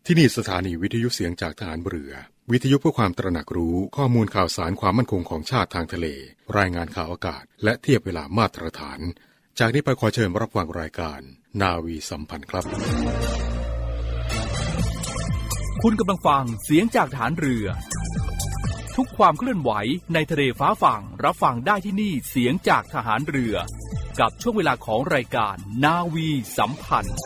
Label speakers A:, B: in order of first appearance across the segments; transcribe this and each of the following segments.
A: ที่นี่สถานีวิทยุเสียงจากทหารเรือวิทยุเพื่อความตระหนักรู้ข้อมูลข่าวสารความมั่นคงของชาติทางทะเลรายงานข่าวอากาศและเทียบเวลามาตรฐานจากนี้ไปขอเชิญรับฟังรายการนาวีสัมพันธ์ครับ
B: คุณกำลังฟังเสียงจากทหารเรือทุกความเคลื่อนไหวในทะเลฟ้าฝั่งรับฟังได้ที่นี่เสียงจากทหารเรือกับช่วงเวลาของรายการนาวีสัมพันธ์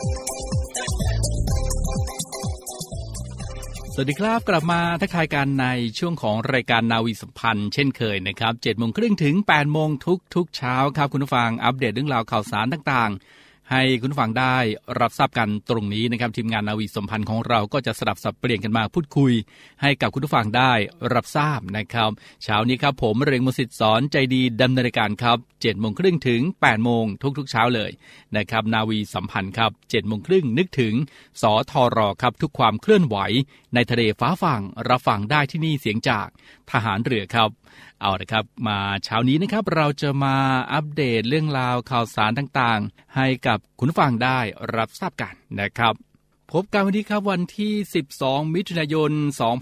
B: สวัสดีครับกลับมาทักทายกันในช่วงของรายการนาวีสัมพันธ์เช่นเคยนะครับ 7:30 ถึง 8:00 ทุกเช้าครับคุณผู้ฟังอัปเดตเรื่องราวข่าวสารต่างๆให้คุณผู้ฟังได้รับทราบกันตรงนี้นะครับทีมงานนาวีสัมพันธ์ของเราก็จะสลับสับเปลี่ยนกันมาพูดคุยให้กับคุณผู้ฟังได้รับทราบนะครับเช้านี้ครับผมเริงมศิษย์สอนใจดีดำเนินรายการครับ 7:30 ถึง 8:00 ทุกเช้าเลยนะครับนาวีสัมพันธ์ครับ 7:30 นึกถึงสทรครับทุกความเคลื่อนไหวในทะเลฟ้าฝั่งรับฟังได้ที่นี่เสียงจากทหารเรือครับเอาละครับมาเช้านี้นะครับเราจะมาอัปเดตเรื่องราวข่าวสารต่างๆให้กับคุณผู้ฟังได้รับทราบกันนะครับพบกันวันนี้ครับวันที่12มิถุนายน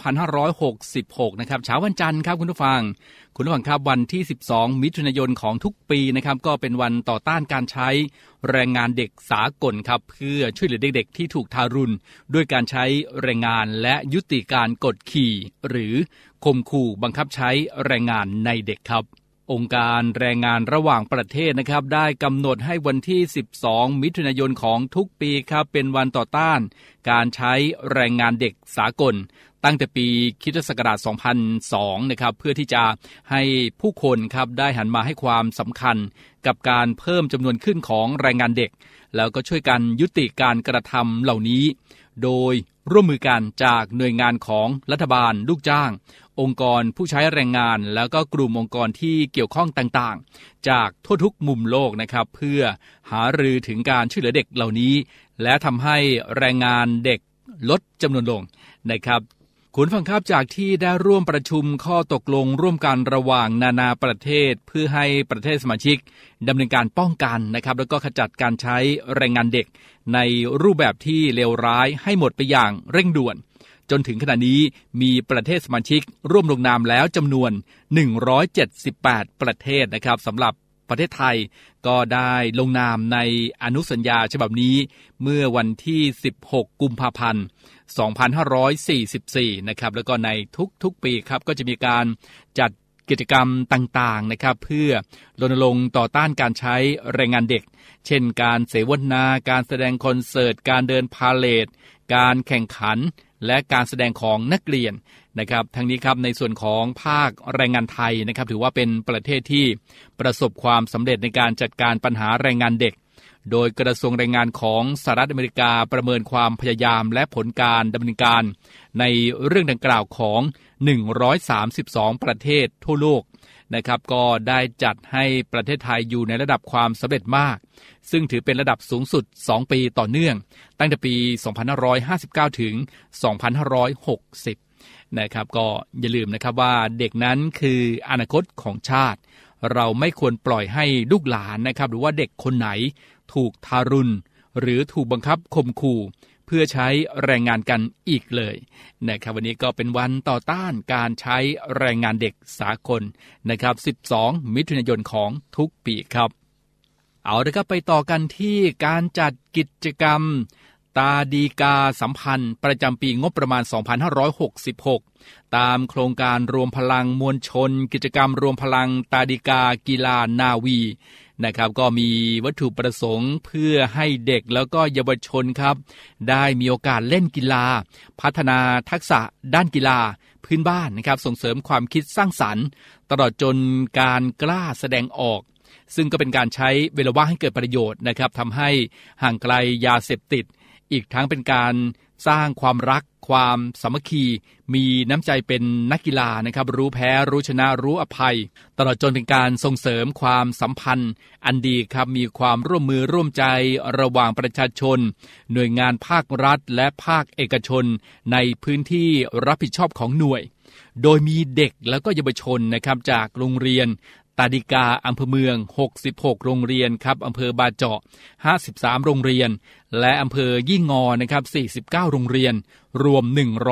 B: 2566นะครับเช้าวันจันทร์ครับคุณผู้ฟังครับวันที่12มิถุนายนของทุกปีนะครับก็เป็นวันต่อต้านการใช้แรงงานเด็กสากลครับเพื่อช่วยเหลือเด็กๆที่ถูกทารุณด้วยการใช้แรงงานและยุติการกดขี่หรือข่มขู่บังคับใช้แรงงานในเด็กครับองค์การแรงงานระหว่างประเทศนะครับได้กำหนดให้วันที่12มิถุนายนของทุกปีครับเป็นวันต่อต้านการใช้แรงงานเด็กสากลตั้งแต่ปีค.ศ. 2002นะครับเพื่อที่จะให้ผู้คนครับได้หันมาให้ความสำคัญกับการเพิ่มจำนวนขึ้นของแรงงานเด็กแล้วก็ช่วยกันยุติการกระทำเหล่านี้โดยร่วมมือกันจากหน่วยงานของรัฐบาลลูกจ้างองค์กรผู้ใช้แรงงานแล้วก็กลุ่มองค์กรที่เกี่ยวข้องต่างๆจากทั่วทุกมุมโลกนะครับเพื่อหารือถึงการช่วยเหลือเด็กเหล่านี้และทำให้แรงงานเด็กลดจำนวนลงนะครับคุณฟังครับจากที่ได้ร่วมประชุมข้อตกลงร่วมกันระหว่างนานาประเทศเพื่อให้ประเทศสมาชิกดำเนินการป้องกันนะครับแล้วก็ขจัดการใช้แรงงานเด็กในรูปแบบที่เลวร้ายให้หมดไปอย่างเร่งด่วนจนถึงขณะนี้มีประเทศสมาชิกร่วมลงนามแล้วจำนวน178ประเทศนะครับสำหรับประเทศไทยก็ได้ลงนามในอนุสัญญาฉบับนี้เมื่อวันที่16กุมภาพันธ์2544นะครับแล้วก็ในทุกๆปีครับก็จะมีการจัดกิจกรรมต่างๆนะครับเพื่อรณรงค์ต่อต้านการใช้แรงงานเด็กเช่นการเสวนาการแสดงคอนเสิร์ตการเดินพาเหรดการแข่งขันและการแสดงของนักเรียนนะครับทั้งนี้ครับในส่วนของภาคแรงงานไทยนะครับถือว่าเป็นประเทศที่ประสบความสำเร็จในการจัดการปัญหาแรงงานเด็กโดยกระทรวงแรงงานของสหรัฐอเมริกาประเมินความพยายามและผลการดำเนินการในเรื่องดังกล่าวของ132ประเทศทั่วโลกนะครับก็ได้จัดให้ประเทศไทยอยู่ในระดับความสำเร็จมากซึ่งถือเป็นระดับสูงสุด2ปีต่อเนื่องตั้งแต่ปี2559ถึง2560นะครับก็อย่าลืมนะครับว่าเด็กนั้นคืออนาคตของชาติเราไม่ควรปล่อยให้ลูกหลานนะครับหรือว่าเด็กคนไหนถูกทารุณหรือถูกบังคับข่มขู่เพื่อใช้แรงงานกันอีกเลยนะครับวันนี้ก็เป็นวันต่อต้านการใช้แรงงานเด็กสากลนะครับ12มิถุนายนของทุกปีครับเอาละครับไปต่อกันที่การจัดกิจกรรมตาดีกาสัมพันธ์ประจำปีงบประมาณ2566ตามโครงการรวมพลังมวลชนกิจกรรมรวมพลังตาดีกากีฬานาวีนะครับก็มีวัตถุประสงค์เพื่อให้เด็กแล้วก็เยาวชนครับได้มีโอกาสเล่นกีฬาพัฒนาทักษะด้านกีฬาพื้นบ้านนะครับส่งเสริมความคิดสร้างสรรค์ตลอดจนการกล้าแสดงออกซึ่งก็เป็นการใช้เวลาว่างให้เกิดประโยชน์นะครับทำให้ห่างไกลยาเสพติดอีกทั้งเป็นการสร้างความรักความสามัคคีมีน้ำใจเป็นนักกีฬานะครับรู้แพ้รู้ชนะรู้อภัยตลอดจนเป็นการส่งเสริมความสัมพันธ์อันดีครับมีความร่วมมือร่วมใจระหว่างประชาชนหน่วยงานภาครัฐและภาคเอกชนในพื้นที่รับผิดชอบของหน่วยโดยมีเด็กแล้วก็เยาวชนนะครับจากโรงเรียนตาดิกาอำเภอเมือง66โรงเรียนครับอำเภอบาเจาะ53โรงเรียนและอำเภอยี่งอนะครับ49โรงเรียนรวม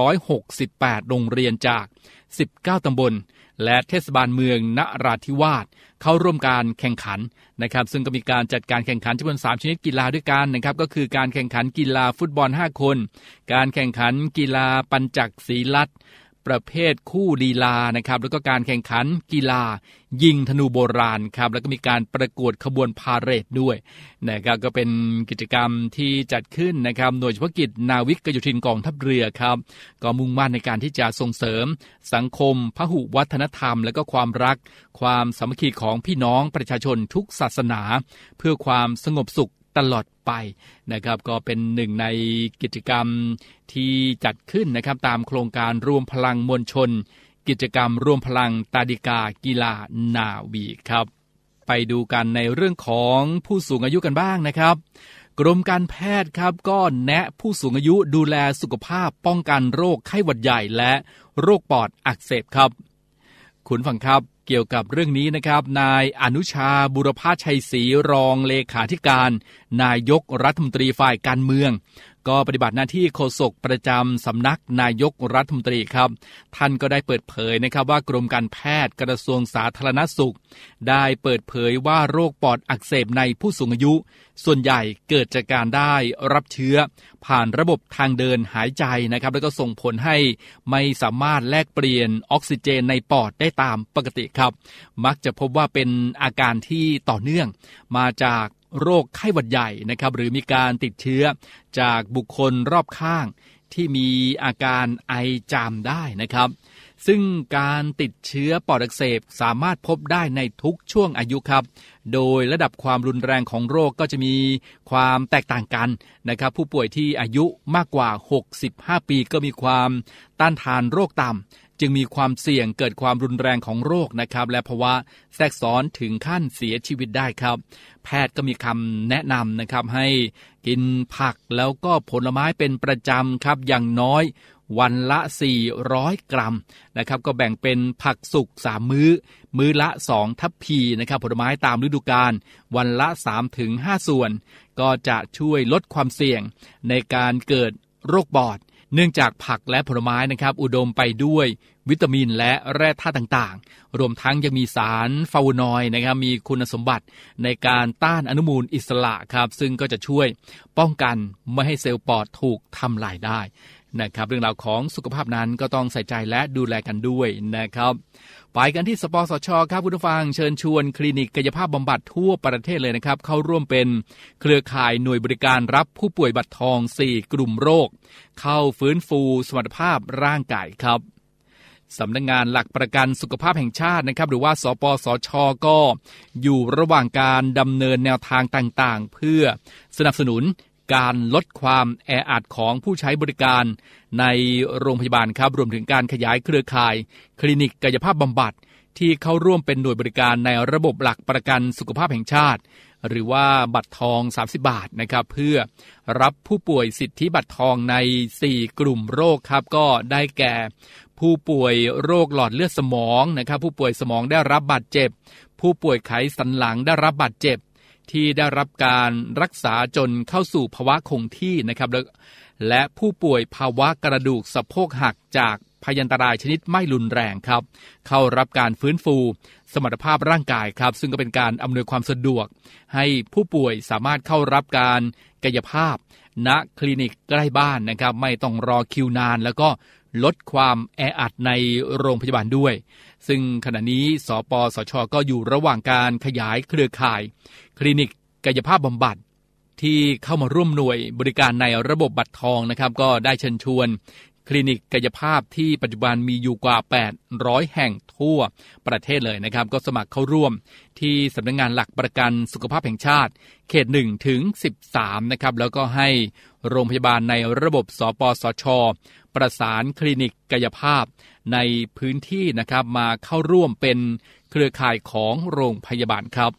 B: 168โรงเรียนจาก19ตำบลและเทศบาลเมืองนราธิวาสเข้าร่วมการแข่งขันนะครับซึ่งก็มีการจัดการแข่งขันจำนวน3ชนิดกีฬาด้วยกันนะครับก็คือการแข่งขันกีฬาฟุตบอล5คนการแข่งขันกีฬาปัญจักศรีลัดประเภทคู่ลีลานะครับแล้วก็การแข่งขันกีฬายิงธนูโบราณครับแล้วก็มีการประกวดขบวนพาเหรดด้วยนะครับก็เป็นกิจกรรมที่จัดขึ้นนะครับหน่วยเฉพาะกิจนาวิกโยธินกองทัพเรือครับก็มุ่งมั่นในการที่จะส่งเสริมสังคมพหุวัฒนธรรมและก็ความรักความสามัคคีของพี่น้องประชาชนทุกศาสนาเพื่อความสงบสุขตลอดไปนะครับก็เป็นหนึ่งในกิจกรรมที่จัดขึ้นนะครับตามโครงการรวมพลังมวลชนกิจกรรมรวมพลังตาดิกากีฬานาวีครับไปดูกันในเรื่องของผู้สูงอายุกันบ้างนะครับกรมการแพทย์ครับก็แนะผู้สูงอายุดูแลสุขภาพป้องกันโรคไข้หวัดใหญ่และโรคปอดอักเสบครับคุณฟังครับเกี่ยวกับเรื่องนี้นะครับนายอนุชาบุรพชัยศรีรองเลขาธิการนายกรัฐมนตรีฝ่ายการเมืองก็ปฏิบัติหน้าที่โฆษกประจำสำนักนายกรัฐมนตรีครับท่านก็ได้เปิดเผยนะครับว่ากรมการแพทย์กระทรวงสาธารณสุขได้เปิดเผยว่าโรคปอดอักเสบในผู้สูงอายุส่วนใหญ่เกิดจากการได้รับเชื้อผ่านระบบทางเดินหายใจนะครับแล้วก็ส่งผลให้ไม่สามารถแลกเปลี่ยนออกซิเจนในปอดได้ตามปกติครับมักจะพบว่าเป็นอาการที่ต่อเนื่องมาจากโรคไข้หวัดใหญ่นะครับหรือมีการติดเชื้อจากบุคคลรอบข้างที่มีอาการไอจามได้นะครับซึ่งการติดเชื้อปอดอักเสบสามารถพบได้ในทุกช่วงอายุครับโดยระดับความรุนแรงของโรคก็จะมีความแตกต่างกันนะครับผู้ป่วยที่อายุมากกว่า65ปีก็มีความต้านทานโรคต่ำจึงมีความเสี่ยงเกิดความรุนแรงของโรคนะครับและภาวะแทรกซ้อนถึงขั้นเสียชีวิตได้ครับแพทย์ก็มีคำแนะนำนะครับให้กินผักแล้วก็ผลไม้เป็นประจำครับอย่างน้อยวันละ400 กรัมนะครับก็แบ่งเป็นผักสุก3มื้อละ2ทัพพีนะครับผลไม้ตามฤดูกาลวันละ 3-5 ส่วนก็จะช่วยลดความเสี่ยงในการเกิดโรคปอดเนื่องจากผักและผลไม้นะครับอุดมไปด้วยวิตามินและแร่ธาตุต่างๆรวมทั้งยังมีสารฟลาโวนอยด์นะครับมีคุณสมบัติในการต้านอนุมูลอิสระครับซึ่งก็จะช่วยป้องกันไม่ให้เซลล์ปอดถูกทำลายได้นะครับเรื่องราวของสุขภาพนั้นก็ต้องใส่ใจและดูแลกันด้วยนะครับไปกันที่สปสช.ครับคุณผู้ฟังเชิญชวนคลินิกกายภาพบำบัดทั่วประเทศเลยนะครับเข้าร่วมเป็นเครือข่ายหน่วยบริการรับผู้ป่วยบัตรทอง4กลุ่มโรคเข้าฟื้นฟูสมรรถภาพร่างกายครับสำนักงานหลักประกันสุขภาพแห่งชาตินะครับหรือว่าสปสช.ก็อยู่ระหว่างการดำเนินแนวทางต่างๆเพื่อสนับสนุนการลดความแออัดของผู้ใช้บริการในโรงพยาบาลครับรวมถึงการขยายเครือข่ายคลินิกกายภาพบำบัดที่เข้าร่วมเป็นหน่วยบริการในระบบหลักประกันสุขภาพแห่งชาติหรือว่าบัตรทอง30 บาทนะครับเพื่อรับผู้ป่วยสิทธิบัตรทองใน4กลุ่มโรคครับก็ได้แก่ผู้ป่วยโรคหลอดเลือดสมองนะครับผู้ป่วยสมองได้รับบาดเจ็บผู้ป่วยไขสันหลังได้รับบาดเจ็บที่ได้รับการรักษาจนเข้าสู่ภาวะคงที่นะครับและผู้ป่วยภาวะกระดูกสะโพกหักจากพยันตรายชนิดไม่รุนแรงครับเข้ารับการฟื้นฟูสมรรถภาพร่างกายครับซึ่งก็เป็นการอำนวยความสะดวกให้ผู้ป่วยสามารถเข้ารับการกายภาพณคลินิกใกล้บ้านนะครับไม่ต้องรอคิวนานแล้วก็ลดความแออัดในโรงพยาบาลด้วยซึ่งขณะนี้สปสช.ก็อยู่ระหว่างการขยายเครือข่ายคลินิกกายภาพบำบัดที่เข้ามาร่วมหน่วยบริการในระบบบัตรทองนะครับก็ได้เชิญชวนคลินิกกายภาพที่ปัจจุบันมีอยู่กว่า800แห่งทั่วประเทศเลยนะครับก็สมัครเข้าร่วมที่สำนักงานหลักประกันสุขภาพแห่งชาติเขต1ถึง13นะครับแล้วก็ให้โรงพยาบาลในระบบสปสช.ประสานคลินิกกายภาพในพื้นที่นะครับมาเข้าร่วมเป็นเครือข่ายของโรงพยาบาลครับ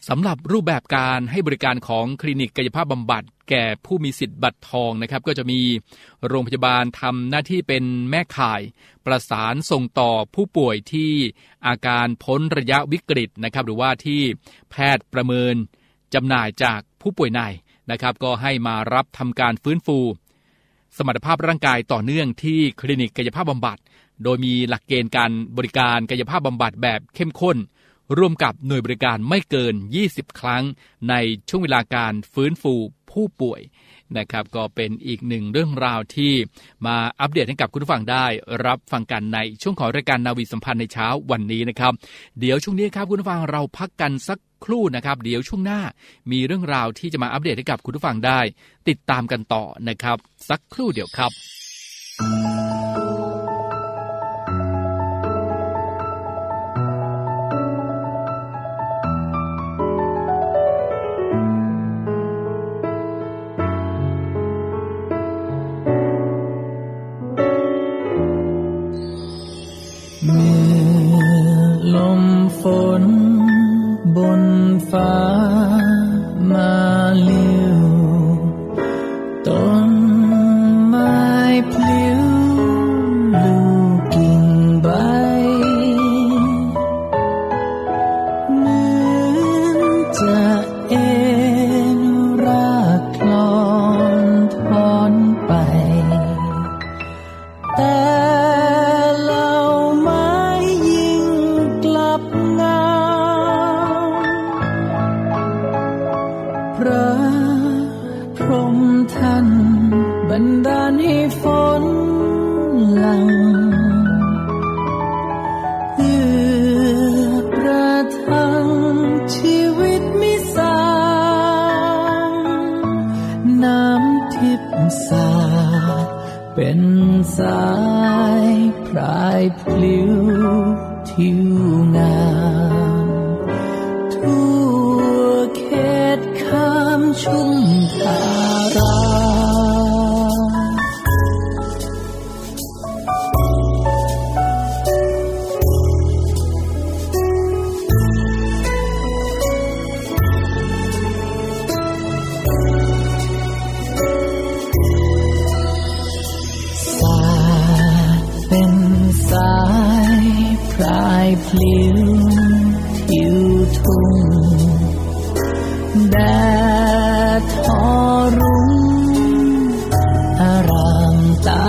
B: สำหรับรูปแบบการให้บริการของคลินิกกายภาพบำบัดแก่ผู้มีสิทธิ์บัตรทองนะครับก็จะมีโรงพยาบาลทำหน้าที่เป็นแม่ข่ายประสานส่งต่อผู้ป่วยที่อาการพ้นระยะวิกฤตนะครับหรือว่าที่แพทย์ประเมินจำหน่ายจากผู้ป่วยในนะครับก็ให้มารับทำการฟื้นฟูสมรรถภาพร่างกายต่อเนื่องที่คลินิกกายภาพบำบัดโดยมีหลักเกณฑ์การบริการกายภาพบำบัดแบบเข้มข้นร่วมกับหน่วยบริการไม่เกิน20ครั้งในช่วงเวลาการฟื้นฟูผู้ป่วยนะครับก็เป็นอีกหนึ่งเรื่องราวที่มาอัปเดตให้กับคุณผู้ฟังได้รับฟังกันในช่วงของรายการนาวีสัมพันธ์ในเช้าวันนี้นะครับเดี๋ยวช่วงนี้ครับคุณผู้ฟังเราพักกันสักครู่นะครับเดี๋ยวช่วงหน้ามีเรื่องราวที่จะมาอัปเดตให้กับคุณผู้ฟังได้ติดตามกันต่อนะครับสักครู่เดียวครับ
C: ฝนบนฟ้ามาลิ้วต้นไม้พลิ้วลูกกิ่งใบเหมือนจะเอ็นรากคลอนถอนไปแต่บันดาลให้ฝนหลั่งเพื่อประทังชีวิตมิสางน้ำทิพย์สาดเป็นสายพรายพลิ้วทิวงามทั่วเขตข้ามชุ่มทาราสายพรายพลิ้วทิวทุ่งแดดทอรุ่งอารามตา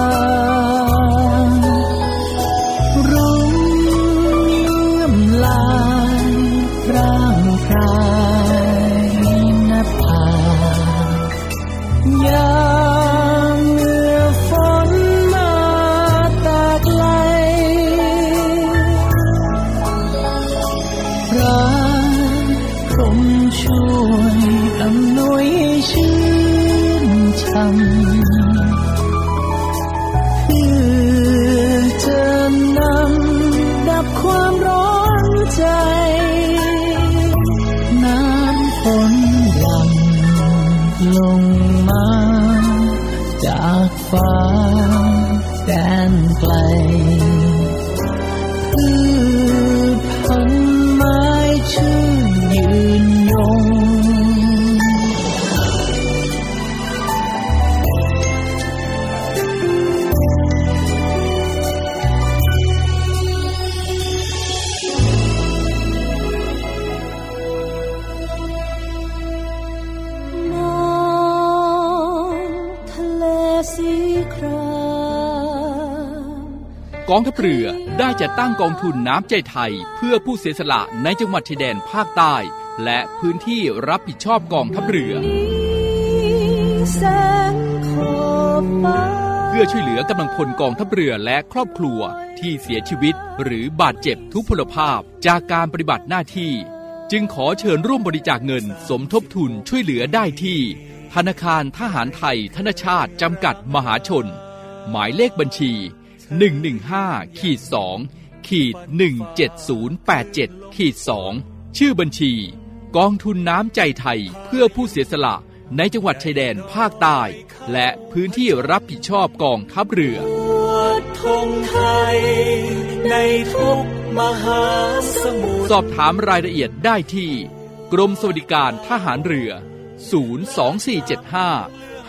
C: รุ่งเลื่อมลายร่างพรายนภายามเมื่อฝนมาตาไกลพระพรหมช่วยอำนวยชื่นช่ำเพื่อจะนำดับความร้อนใจน้ำฝนหลั่งลงมาจากฟ้าแดนไกลพืชพันธุ์ไม้ชื่นยืนยง
B: กองทัพเรือได้จัดตั้งกองทุนน้ำใจไทยเพื่อผู้เสียสละในจังหวัดชายแดนภาคใต้และพื้นที่รับผิดชอบกองทัพเรือเพื่อช่วยเหลือกำลังพลกองทัพเรือและครอบครัวที่เสียชีวิตหรือบาดเจ็บทุพพลภาพจากการปฏิบัติหน้าที่จึงขอเชิญร่วมบริจาคเงินสมทบทุนช่วยเหลือได้ที่ธนาคารทหารไทยธนชาติจำกัดมหาชนหมายเลขบัญชี115-2-17087-2ชื่อบัญชีกองทุนน้ำใจไทยเพื่อผู้เสียสละในจังหวัดชายแดนภาคใต้และพื้นที่รับผิดชอบกองทัพเรือ
C: ธงไทยในทุกมหาสมุทร
B: สอบถามรายละเอียดได้ที่กกรมสวัสดิการทหารเรือ024755414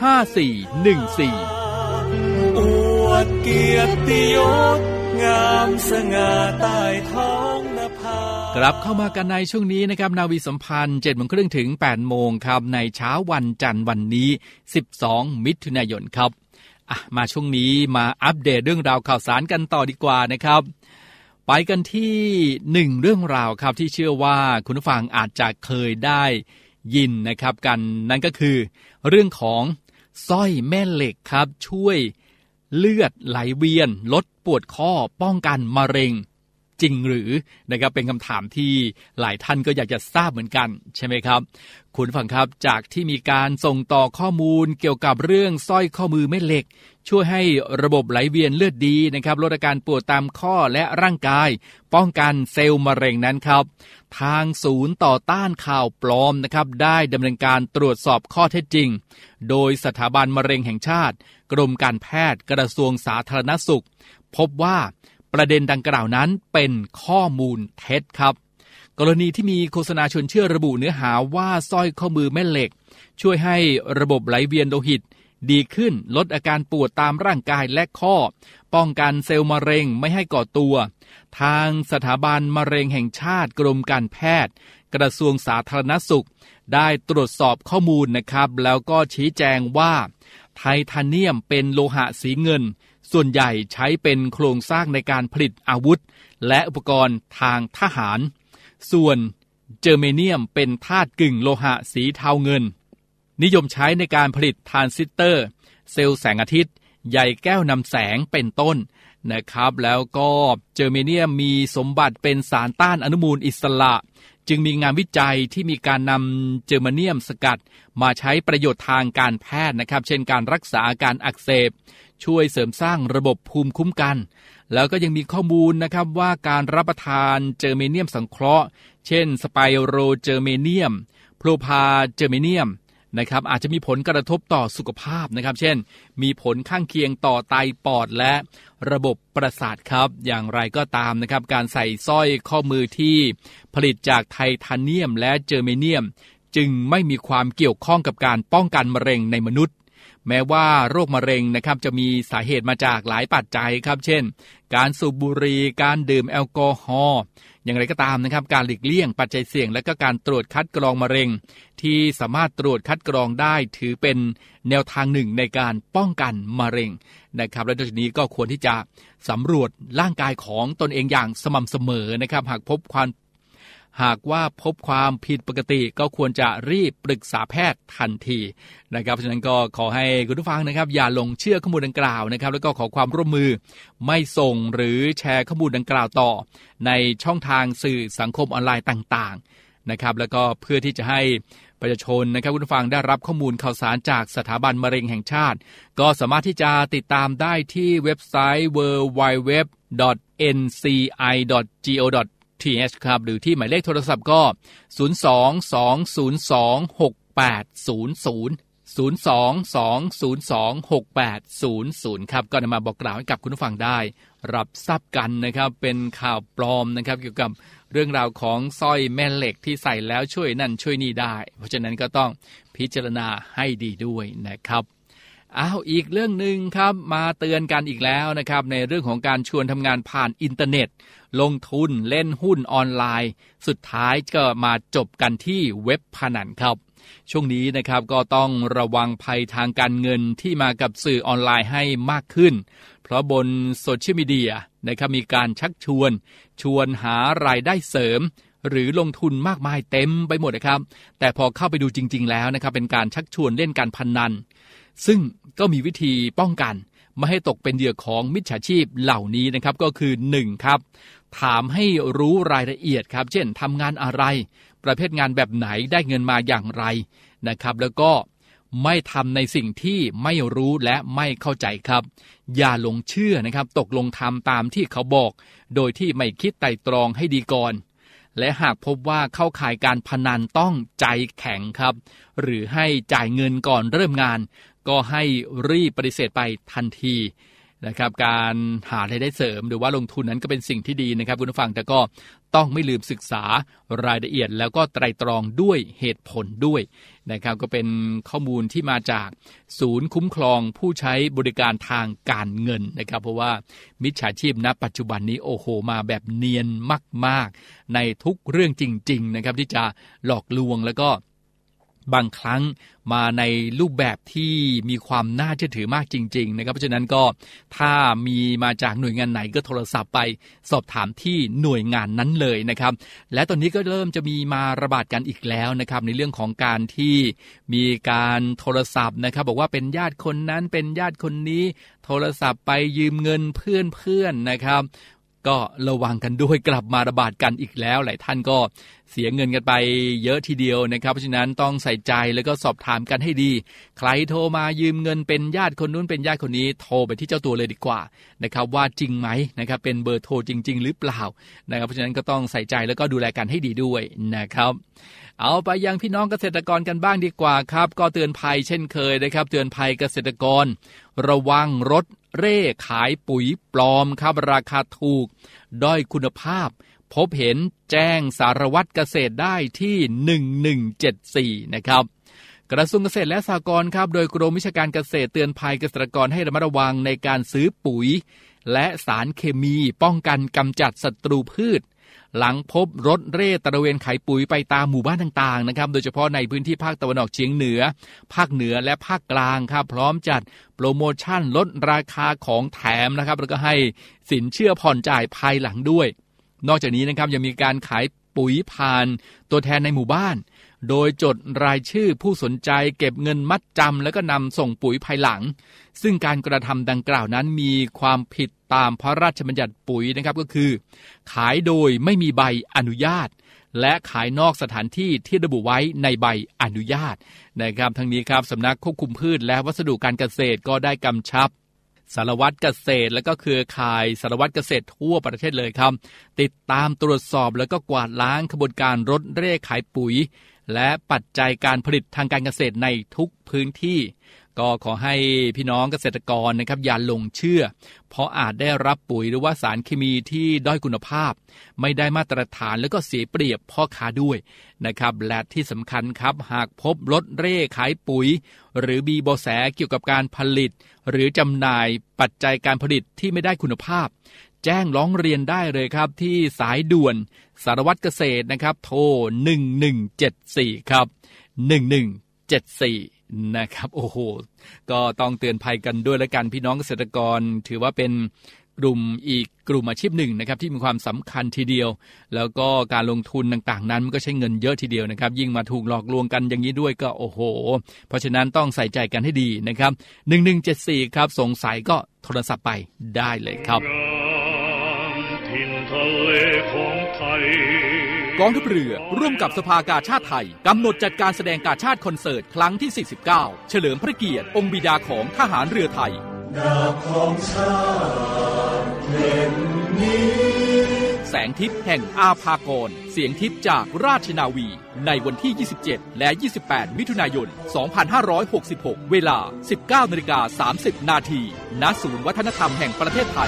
C: อวดเกียรติยศงามสง่าใต้ท้องนภาก
B: ลับเข้ามากันในช่วงนี้นะครับนาวีสัมพันธ์ 7:30 นถึง 8:00 นครับในเช้าวันจันทร์วันนี้12มิถุนายนครับมาช่วงนี้มาอัปเดตเรื่องราวข่าวสารกันต่อดีกว่านะครับไปกันที่1เรื่องราวครับที่เชื่อว่าคุณผู้ฟังอาจจะเคยได้ยินนะครับกันนั่นก็คือเรื่องของสร้อยแม่เหล็กครับช่วยเลือดไหลเวียนลดปวดข้อป้องกันมะเร็งจริงหรือนะครับเป็นคำถามที่หลายท่านก็อยากจะทราบเหมือนกันใช่ไหมครับคุณฟังครับจากที่มีการส่งต่อข้อมูลเกี่ยวกับเรื่องสร้อยข้อมือแม่เหล็กช่วยให้ระบบไหลเวียนเลือดดีนะครับลดอาการปวดตามข้อและร่างกายป้องกันเซลล์มะเร็งนั้นครับทางศูนย์ต่อต้านข่าวปลอมนะครับได้ดำเนินการตรวจสอบข้อเท็จจริงโดยสถาบันมะเร็งแห่งชาติกรมการแพทย์กระทรวงสาธารณสุขพบว่าประเด็นดังกล่าวนั้นเป็นข้อมูลเท็จครับกรณีที่มีโฆษณาชวนเชื่อระบุเนื้อหาว่าสร้อยข้อมือแม่เหล็กช่วยให้ระบบไหลเวียนโลหิตดีขึ้นลดอาการปวดตามร่างกายและข้อป้องกันเซลล์มะเร็งไม่ให้ก่อตัวทางสถาบันมะเร็งแห่งชาติกรมการแพทย์กระทรวงสาธารณสุขได้ตรวจสอบข้อมูลนะครับแล้วก็ชี้แจงว่าไทเทเนียมเป็นโลหะสีเงินส่วนใหญ่ใช้เป็นโครงสร้างในการผลิตอาวุธและอุปกรณ์ทางทหารส่วนเจอร์เมเนียมเป็นธาตุกึ่งโลหะสีเทาเงินนิยมใช้ในการผลิตทรานซิสเตอร์เซลล์แสงอาทิตย์ใยแก้วนำแสงเป็นต้นนะครับแล้วก็เจอร์เมเนียมมีสมบัติเป็นสารต้านอนุมูลอิสระจึงมีงานวิจัยที่มีการนำเจอร์เมเนียมสกัดมาใช้ประโยชน์ทางการแพทย์นะครับเช่นการรักษาอาการอักเสบช่วยเสริมสร้างระบบภูมิคุ้มกันแล้วก็ยังมีข้อมูลนะครับว่าการรับประทานเจอร์เมเนียมสังเคราะห์เช่นสไปโรเจอร์เมเนียมโพรพาเจอร์เมเนียมนะครับอาจจะมีผลกระทบต่อสุขภาพนะครับเช่นมีผลข้างเคียงต่อไตปอดและระบบประสาทครับอย่างไรก็ตามนะครับการใส่สร้อยข้อมือที่ผลิตจากไทเทเนียมและเจอร์เมเนียมจึงไม่มีความเกี่ยวข้องกับการป้องกันมะเร็งในมนุษย์แม้ว่าโรคมะเร็งนะครับจะมีสาเหตุมาจากหลายปัจจัยครับเช่นการสูบบุหรี่การดื่มแอลกอฮอล์อย่างไรก็ตามนะครับการหลีกเลี่ยงปัจจัยเสี่ยงและก็การตรวจคัดกรองมะเร็งที่สามารถตรวจคัดกรองได้ถือเป็นแนวทางหนึ่งในการป้องกันมะเร็งนะครับและนอกจากนี้ก็ควรที่จะสำรวจร่างกายของตนเองอย่างสม่ำเสมอนะครับหากว่าพบความผิดปกติก็ควรจะรีบปรึกษาแพทย์ทันทีนะครับเพราะฉะนั้นก็ขอให้คุณผู้ฟังนะครับอย่าหลงเชื่อข้อมูลดังกล่าวนะครับแล้วก็ขอความร่วมมือไม่ส่งหรือแชร์ข้อมูลดังกล่าวต่อในช่องทางสื่อสังคมออนไลน์ต่างๆนะครับแล้วก็เพื่อที่จะให้ประชาชนนะครับคุณผู้ฟังได้รับข้อมูลข่าวสารจากสถาบันมะเร็งแห่งชาติก็สามารถที่จะติดตามได้ที่เว็บไซต์ www.nci.go.th ครับหรือที่หมายเลขโทรศัพท์ก็022026800 022026800ครับก็นำมาบอกกล่าวให้กับคุณผู้ฟังได้รับทราบกันนะครับเป็นข่าวปลอมนะครับเกี่ยวกับเรื่องราวของสร้อยแม่เหล็กที่ใส่แล้วช่วยนั่นช่วยนี่ได้เพราะฉะนั้นก็ต้องพิจารณาให้ดีด้วยนะครับอีกเรื่องนึงครับมาเตือนกันอีกแล้วนะครับในเรื่องของการชวนทำงานผ่านอินเทอร์เน็ตลงทุนเล่นหุ้นออนไลน์สุดท้ายก็มาจบกันที่เว็บพนันครับช่วงนี้นะครับก็ต้องระวังภัยทางการเงินที่มากับสื่อออนไลน์ให้มากขึ้นเพราะบนโซเชียลมีเดียนะครับมีการชักชวนหารายได้เสริมหรือลงทุนมากมายเต็มไปหมดนะครับแต่พอเข้าไปดูจริงๆแล้วนะครับเป็นการชักชวนเล่นการพนันซึ่งก็มีวิธีป้องกันไม่ให้ตกเป็นเหยื่อของมิจฉาชีพเหล่านี้นะครับก็คือ1ครับถามให้รู้รายละเอียดครับเช่นทำงานอะไรประเภทงานแบบไหนได้เงินมาอย่างไรนะครับแล้วก็ไม่ทำในสิ่งที่ไม่รู้และไม่เข้าใจครับอย่าหลงเชื่อนะครับตกลงทำตามที่เขาบอกโดยที่ไม่คิดไตร่ตรองให้ดีก่อนและหากพบว่าเข้าข่ายการพนันต้องใจแข็งครับหรือให้จ่ายเงินก่อนเริ่มงานก็ให้รีบปฏิเสธไปทันทีนะครับการหารายได้เสริมหรือว่าลงทุนนั้นก็เป็นสิ่งที่ดีนะครับคุณผู้ฟังแต่ก็ต้องไม่ลืมศึกษารายละเอียดแล้วก็ไตร่ตรองด้วยเหตุผลด้วยนะครับก็เป็นข้อมูลที่มาจากศูนย์คุ้มครองผู้ใช้บริการทางการเงินนะครับเพราะว่ามิจฉาชีพณปัจจุบันนี้โอ้โหมาแบบเนียนมากๆในทุกเรื่องจริงๆนะครับที่จะหลอกลวงแล้วก็บางครั้งมาในรูปแบบที่มีความน่าเชื่อถือมากจริงๆนะครับเพราะฉะนั้นก็ถ้ามีมาจากหน่วยงานไหนก็โทรศัพท์ไปสอบถามที่หน่วยงานนั้นเลยนะครับและตอนนี้ก็เริ่มจะมีมาระบาดกันอีกแล้วนะครับในเรื่องของการที่มีการโทรศัพท์นะครับบอกว่าเป็นญาติคนนั้นเป็นญาติคนนี้โทรศัพท์ไปยืมเงินเพื่อนๆนะครับก็ระวังกันด้วยกลับมาระบาดกันอีกแล้วหลายท่านก็เสียเงินกันไปเยอะทีเดียวนะครับเพราะฉะนั้นต้องใส่ใจแล้วก็สอบถามกันให้ดีใครโทรมายืมเงินเป็นญาติคนนู้นเป็นญาติคนนี้โทรไปที่เจ้าตัวเลยดีกว่านะครับว่าจริงไหมนะครับเป็นเบอร์โทรจริงๆหรือเปล่านะครับเพราะฉะนั้นก็ต้องใส่ใจแล้วก็ดูแลกันให้ดีด้วยนะครับเอาไปยังพี่น้องเกษตรกรกันบ้างดีกว่าครับก็เตือนภัยเช่นเคยนะครับเตือนภัยเกษตรกรระวังรถเร่ขายปุ๋ยปลอมครับราคาถูกด้อยคุณภาพพบเห็นแจ้งสารวัตรเกษตรได้ที่1174นะครับกระทรวงเกษตรและสหกรณ์ครับโดยกรมวิชาการเกษตรเตือนภัยเกษตรกรให้ระมัดระวังในการซื้อปุ๋ยและสารเคมีป้องกันกำจัดศัตรูพืชหลังพบรถเร่ตระเวนขายปุ๋ยไปตามหมู่บ้านต่างๆนะครับโดยเฉพาะในพื้นที่ภาคตะวันออกเฉียงเหนือภาคเหนือและภาคกลางครับพร้อมจัดโปรโมชั่นลดราคาของแถมนะครับแล้วก็ให้สินเชื่อผ่อนจ่ายภายหลังด้วยนอกจากนี้นะครับยังมีการขายปุ๋ยผ่านตัวแทนในหมู่บ้านโดยจดรายชื่อผู้สนใจเก็บเงินมัดจำแล้วก็นำส่งปุ๋ยภายหลังซึ่งการกระทำดังกล่าวนั้นมีความผิดตามพระราชบัญญัติปุ๋ยนะครับก็คือขายโดยไม่มีใบอนุญาตและขายนอกสถานที่ที่ระบุไว้ในใบอนุญาตนะครับทั้งนี้ครับสำนักควบคุมพืชและวัสดุการเกษตรก็ได้กำชับสารวัตรเกษตรและก็เครือข่ายสารวัตรเกษตรทั่วประเทศเลยครับติดตามตรวจสอบแล้วก็กวาดล้างขบวนการรถเร่ขายปุ๋ยและปัจจัยการผลิตทางการเกษตรในทุกพื้นที่ก็ขอให้พี่น้องเกษตรกรนะครับอย่าหลงเชื่อเพราะอาจได้รับปุ๋ยหรือว่าสารเคมีที่ด้อยคุณภาพไม่ได้มาตรฐานแล้วก็เสียเปรียบพ่อค้าด้วยนะครับและที่สำคัญครับหากพบรถเร่ขายปุ๋ยหรือมีเบาะแสเกี่ยวกับการผลิตหรือจำหน่ายปัจจัยการผลิตที่ไม่ได้คุณภาพแจ้งร้องเรียนได้เลยครับที่สายด่วนสารวัตรเกษตรนะครับโทร1174ครับ1174นะครับโอ้โหก็ต้องเตือนภัยกันด้วยและกันพี่น้องเกษตรกรถือว่าเป็นกลุ่มอาชีพหนึ่งนะครับที่มีความสำคัญทีเดียวแล้วก็การลงทุนต่างๆนั้นมันก็ใช้เงินเยอะทีเดียวนะครับยิ่งมาถูกหลอกลวงกันอย่างนี้ด้วยก็โอ้โหเพราะฉะนั้นต้องใส่ใจกันให้ดีนะครับ1174ครับสงสัยก็โทรศัพท์ไปได้เลยครับ
D: กองทัพเรือร่วมกับสภากาชาดไทยกำหนดจัดการแสดงกาชาดคอนเสิร์ตครั้งที่49เฉลิมพระเกียรติองค์บิดาของทหารเรือไทยดาวของชาติเล่มนี้แสงทิพย์แห่งอาภากรเสียงทิพย์จากราชนาวีในวันที่27และ28มิถุนายน2566เวลา 19:30 น.ณศูนย์วัฒนธรรมแห่งประเทศไทย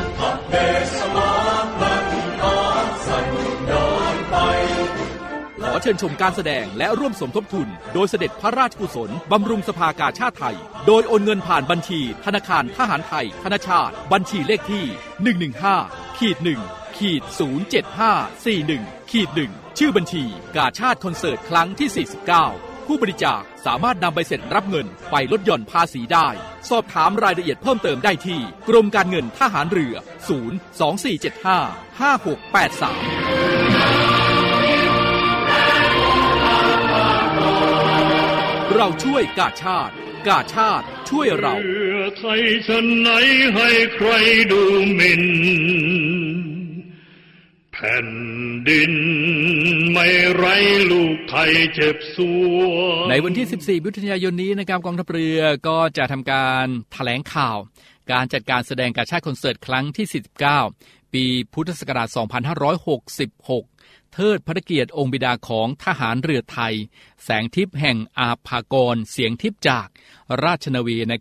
D: ขอเชิญชมการแสดงและร่วมสมทบทุนโดยเสด็จพระราชกุศลบำรุงสภากาชาดไทยโดยโอนเงินผ่านบัญชีธนาคารทหารไทยธนชาติบัญชีเลขที่115-1-07541-1ชื่อบัญชีกาชาดคอนเสิร์ตครั้งที่49ผู้บริจาคสามารถนำใบเสร็จรับเงินไปลดหย่อนภาษีได้สอบถามรายละเอียดเพิ่มเติมได้ที่กรมการเงินทหารเรือ024755683เราช่วยกาชาติช่วยเราเพื่อไทยฉันไหนให้ใครดูหมิ่นแผ่นดินไม่ไร้ลูกไทยเจ็บสวง
B: ในวันที่14มิถุนายนนี้นะครับกองทัพเรือก็จะทำการแถลงข่าวการจัดการแสดงกาชาดคอนเสิร์ตครั้งที่49ปีพุทธศักราช2566เทิดพระเกียรติองค์บิดาของทหารเรือไทยแสงทิพย์แห่งอาภากรเสียงทิพย์จากราชนาวีนะครับ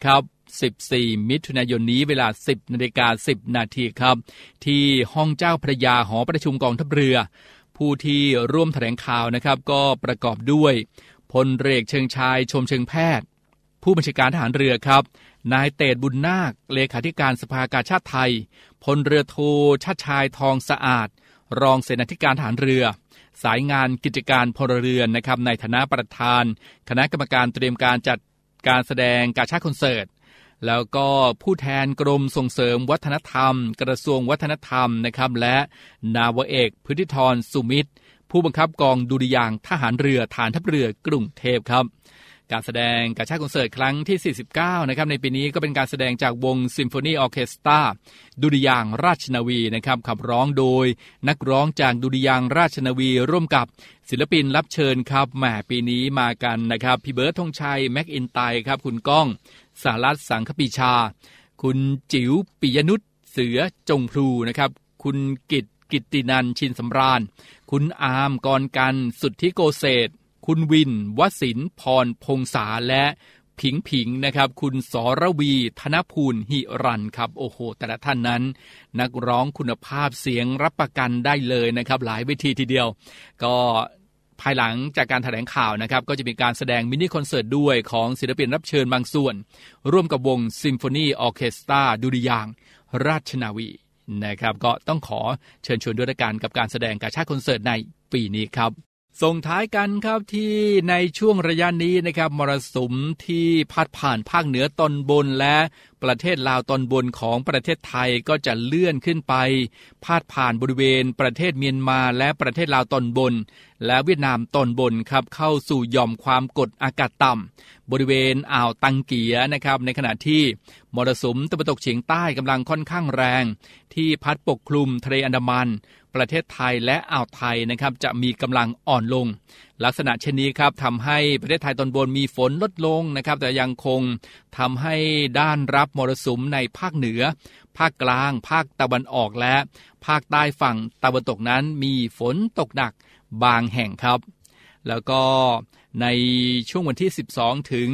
B: 14 มิถุนายนนี้เวลา 10:10 น.ครับที่ห้องเจ้าพระยาหอประชุมกองทัพเรือผู้ที่ร่วมแถลงข่าวนะครับก็ประกอบด้วยพลเรือเชิงชายชมเชิงแพทย์ผู้บัญชาการทหารเรือครับนายเตชบุญนาคเลขาธิการสภากาชาดไทยพลเรือโทชาติชายทองสะอาดรองเสนาธิการทหารเรือสายงานกิจการพลเรือนนะครับในฐานะประธานคณะกรรมการเตรียมการจัดการแสดงกาชาดคอนเสิร์ตแล้วก็ผู้แทนกรมส่งเสริมวัฒนธรรมกระทรวงวัฒนธรรมนะครับและนาวาเอกพฤติธรสุมิตรผู้บังคับกองดุริยางค์ทหารเรือฐานทัพเรือกรุงเทพครับการแสดงกาชาดคอนเสิร์ตครั้งที่49นะครับในปีนี้ก็เป็นการแสดงจากวงซิมโฟนีออร์เคสตราดุริยางค์ราชนาวีนะครับขับร้องโดยนักร้องจากดุริยางค์ราชนาวีร่วมกับศิลปินรับเชิญครับแหมปีนี้มากันนะครับพี่เบิร์ดธงชัยแม็กอินไตครับคุณก้องสารัตน์สังคปีชาคุณจิ๋วปิยนุชเสือจงพลูนะครับคุณกิตตินันท์ชินสำราญคุณอาร์มกรกันสุทธิโกเศษคุณวินวสินทร์พรพงษาและผิงนะครับคุณสรวีธนภูลหิรันครับโอ้โหแต่ละท่านนั้นนักร้องคุณภาพเสียงรับประกันได้เลยนะครับหลายเวทีทีเดียวก็ภายหลังจากการแถลงข่าวนะครับก็จะมีการแสดงมินิคอนเสิร์ตด้วยของศิลปินรับเชิญบางส่วนร่วมกับวงซิมโฟนีออร์เคสตราดุริยางค์ราชนาวีนะครับก็ต้องขอเชิญชวนด้วยกันกับการแสดงกาชาดคอนเสิร์ตในปีนี้ครับส่งท้ายกันครับที่ในช่วงระยะนี้นะครับมรสุมที่พัดผ่านภาคเหนือตอนบนและประเทศลาวตอนบนของประเทศไทยก็จะเลื่อนขึ้นไปพาดผ่านบริเวณประเทศเมียนมาและประเทศลาวตอนบนและเวียดนามตอนบนครับเข้าสู่หย่อมความกดอากาศต่ำบริเวณอ่าวตังเกียนะครับในขณะที่มรสุมตะวันตกเฉียงใต้กำลังค่อนข้างแรงที่พัดปกคลุมทะเลอันดามันประเทศไทยและอ่าวไทยนะครับจะมีกำลังอ่อนลงลักษณะเช่นนี้ครับทำให้ประเทศไทยตอนบนมีฝนลดลงนะครับแต่ยังคงทำให้ด้านรับมรสุมในภาคเหนือภาคกลางภาคตะวันออกและภาคใต้ฝั่งตะวันตกนั้นมีฝนตกหนักบางแห่งครับแล้วก็ในช่วงวันที่12ถึง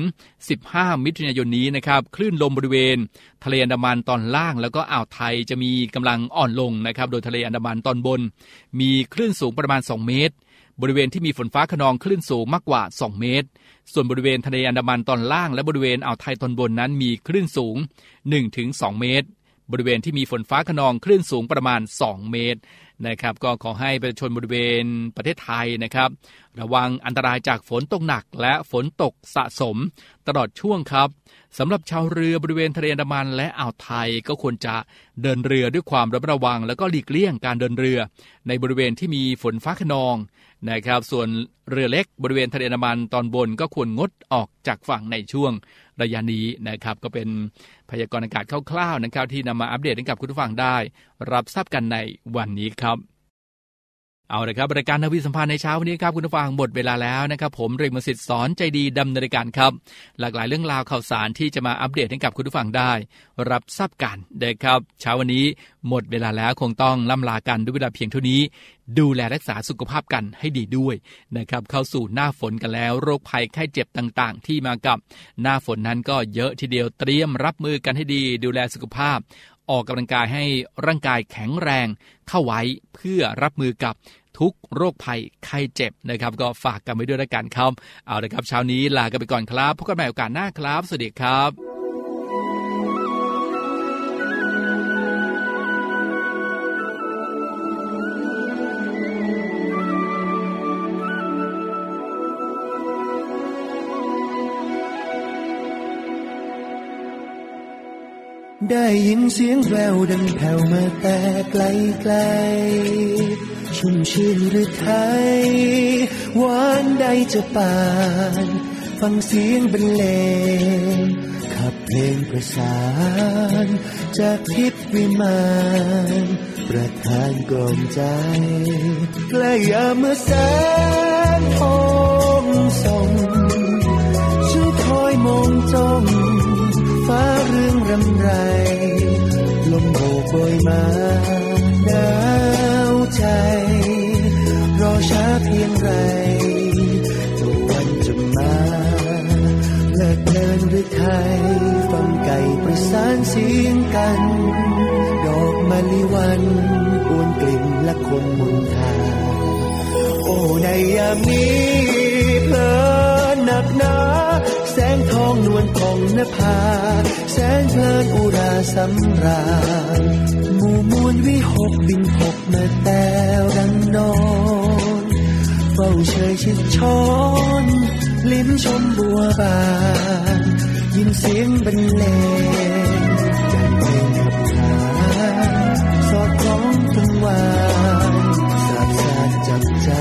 B: 15มิถุนายนนี้นะครับคลื่นลมบริเวณทะเลอันดามันตอนล่างแล้วก็อ่าวไทยจะมีกำลังอ่อนลงนะครับโดยทะเลอันดามันตอนบนมีคลื่นสูงประมาณ2เมตรบริเวณที่มีฝนฟ้าคะนองคลื่นสูงมากกว่า2เมตรส่วนบริเวณทะเลอันดามันตอนล่างและบริเวณอ่าวไทยตอนบนนั้นมีคลื่นสูง 1-2 เมตรบริเวณที่มีฝนฟ้าคะนองคลื่นสูงประมาณ2เมตรนะครับก็ขอให้ประชาชนบริเวณประเทศไทยนะครับระวังอันตรายจากฝนตกหนักและฝนตกสะสมตลอดช่วงครับสำหรับชาวเรือบริเวณทะเลอันดามันและอ่าวไทยก็ควรจะเดินเรือด้วยความระมัดระวังแล้วก็หลีกเลี่ยงการเดินเรือในบริเวณที่มีฝนฟ้าคะนองนะครับส่วนเรือเล็กบริเวณทะเลอันดามันตอนบนก็ควรงดออกจากฝั่งในช่วงระยะนี้นะครับก็เป็นพยากรณ์อากาศคร่าวๆนะครับที่นำมาอัปเดตให้กับคุณผู้ฟังได้รับทราบกันในวันนี้ครับเอาละครับรายการนาวีสัมพันธ์ในเช้าวันนี้ครับคุณผู้ฟังหมดเวลาแล้วนะครับผมเรกมสิทธิ์สอนใจดีดำเนินรายการครับหลากหลายเรื่องราวข่าวสารที่จะมาอัปเดตให้กับคุณผู้ฟังได้รับทราบกันนะครับเช้าวันนี้หมดเวลาแล้วคงต้องล่ำลากันด้วยเวลาเพียงเท่านี้ดูแลรักษาสุขภาพกันให้ดีด้วยนะครับเข้าสู่หน้าฝนกันแล้วโรคภัยไข้เจ็บต่างๆที่มากับหน้าฝนนั้นก็เยอะทีเดียวเตรียมรับมือกันให้ดีดูแลสุขภาพออกกำลังกายให้ร่างกายแข็งแรงเข้าไว้เพื่อรับมือกับทุกโรคภัยไข้เจ็บนะครับก็ฝากกันไว้ด้วยละกันครับเอาละครับเช้านี้ลากันไปก่อนครับพบกันใหม่โอกาสหน้าครับสวัสดีครับ
C: ได้ยินเสียงแววดังแผ่วมาแต่ไกลไกลชุ่มชื่นหรือไทยหวานใดจะปานฟังเสียงบรรเลงขับเพลงประสานจากทิพย์วิมานประทานกล่อมใจใกล้ยามเมื่อแสงทองส่องฉันคอยมองจ้องฟ้าเรื่องรำไรลมโบกโบยมาหนาวใจรอช้าเพียงไรตะวันจะมาเลิกเดินหรือไทยฟังไก่เสียงกันดอกมะลิวันอวนกลิ่นและคนมนทาโอ้ในยามนี้เพลินหนักหนาแสงทองนวลของนภาแสงเพลินอุราสำราญหมู่มวลวิหกบินหกมาแต่รังนอนเฝ้าเชยชิดช้อนลิ้มชมบัวบานยินเสียงบรรเลงดังเพลงขับขานสอดคล้องกังวานสาบสาดจับใจ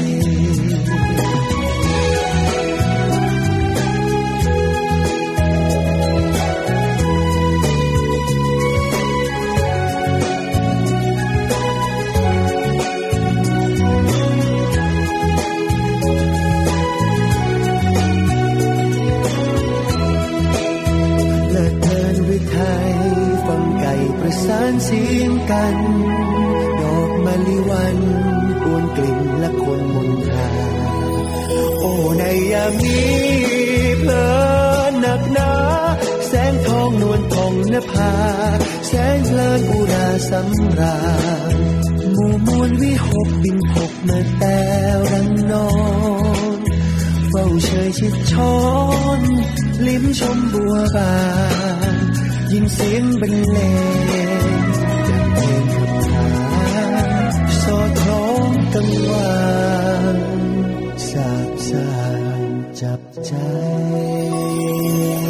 C: ประสานเสียงกันดอกมะลิวันอวนกลิ่นและคนมนทาโอ้ในยามนี้เพลินหนักหนาแสงทองนวลผ่องนภาแสงเพลินอุราสำราญหมู่มวลวิหกบินหกมาแต่รังนอนเฝ้าเชยชิดช้อนลิ้มชมบัวบานยินเสียงบรรเลงดังเพลงขับขานสอดคล้องกังวานสาบสานจับใจ